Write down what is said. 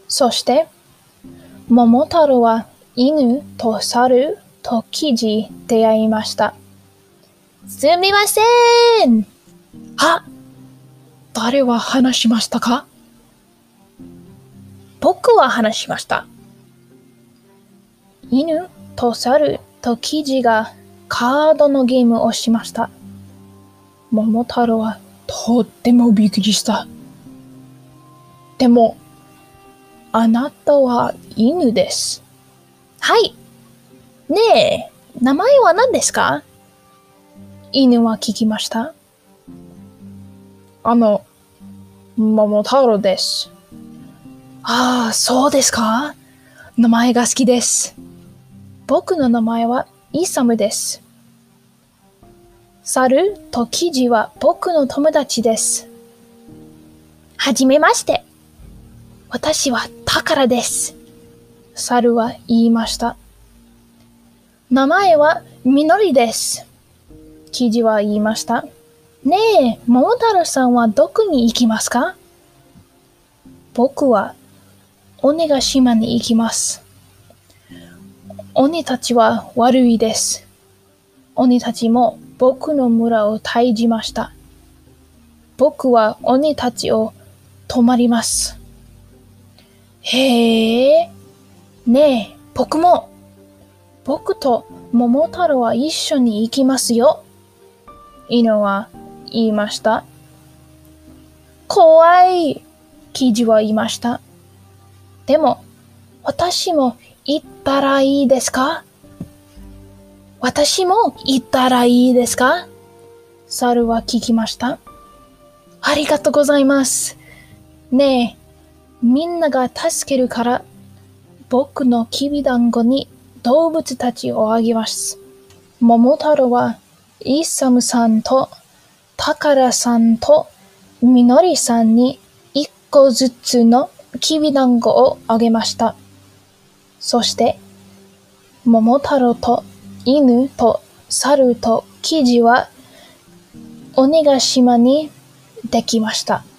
そして、桃太郎は犬と猿とキジ出会いました。すみません。あ、誰は話しましたか？僕は話しました。犬と猿とキジがカードのゲームをしました。桃太郎はとってもびっくりした。でも、あなたは犬です。はい。ねえ、名前は何ですか？犬は聞きました。桃太郎です。ああ、そうですか？名前が好きです。僕の名前はイサムです。猿とキジは僕の友達です。はじめまして。私は宝です。猿は言いました。名前はみのりです。キジは言いました。ねえ、桃太郎さんはどこに行きますか？僕は鬼ヶ島に行きます。鬼たちは悪いです。鬼たちも僕の村を退治ました。僕は鬼たちを止まります。へえ、ねえ、僕も。僕と桃太郎は一緒に行きますよ。犬は言いました。怖い、キジは言いました。でも、私も行ったらいいですか？私も行ったらいいですか？猿は聞きました。ありがとうございます。ねえ、みんなが助けるから、僕のきびだんごに動物たちをあげます。桃太郎は、イサムさんと、宝さんと、みのりさんに一個ずつのきびだんごをあげました。そして、桃太郎と犬と猿とキジは鬼ヶ島にできました。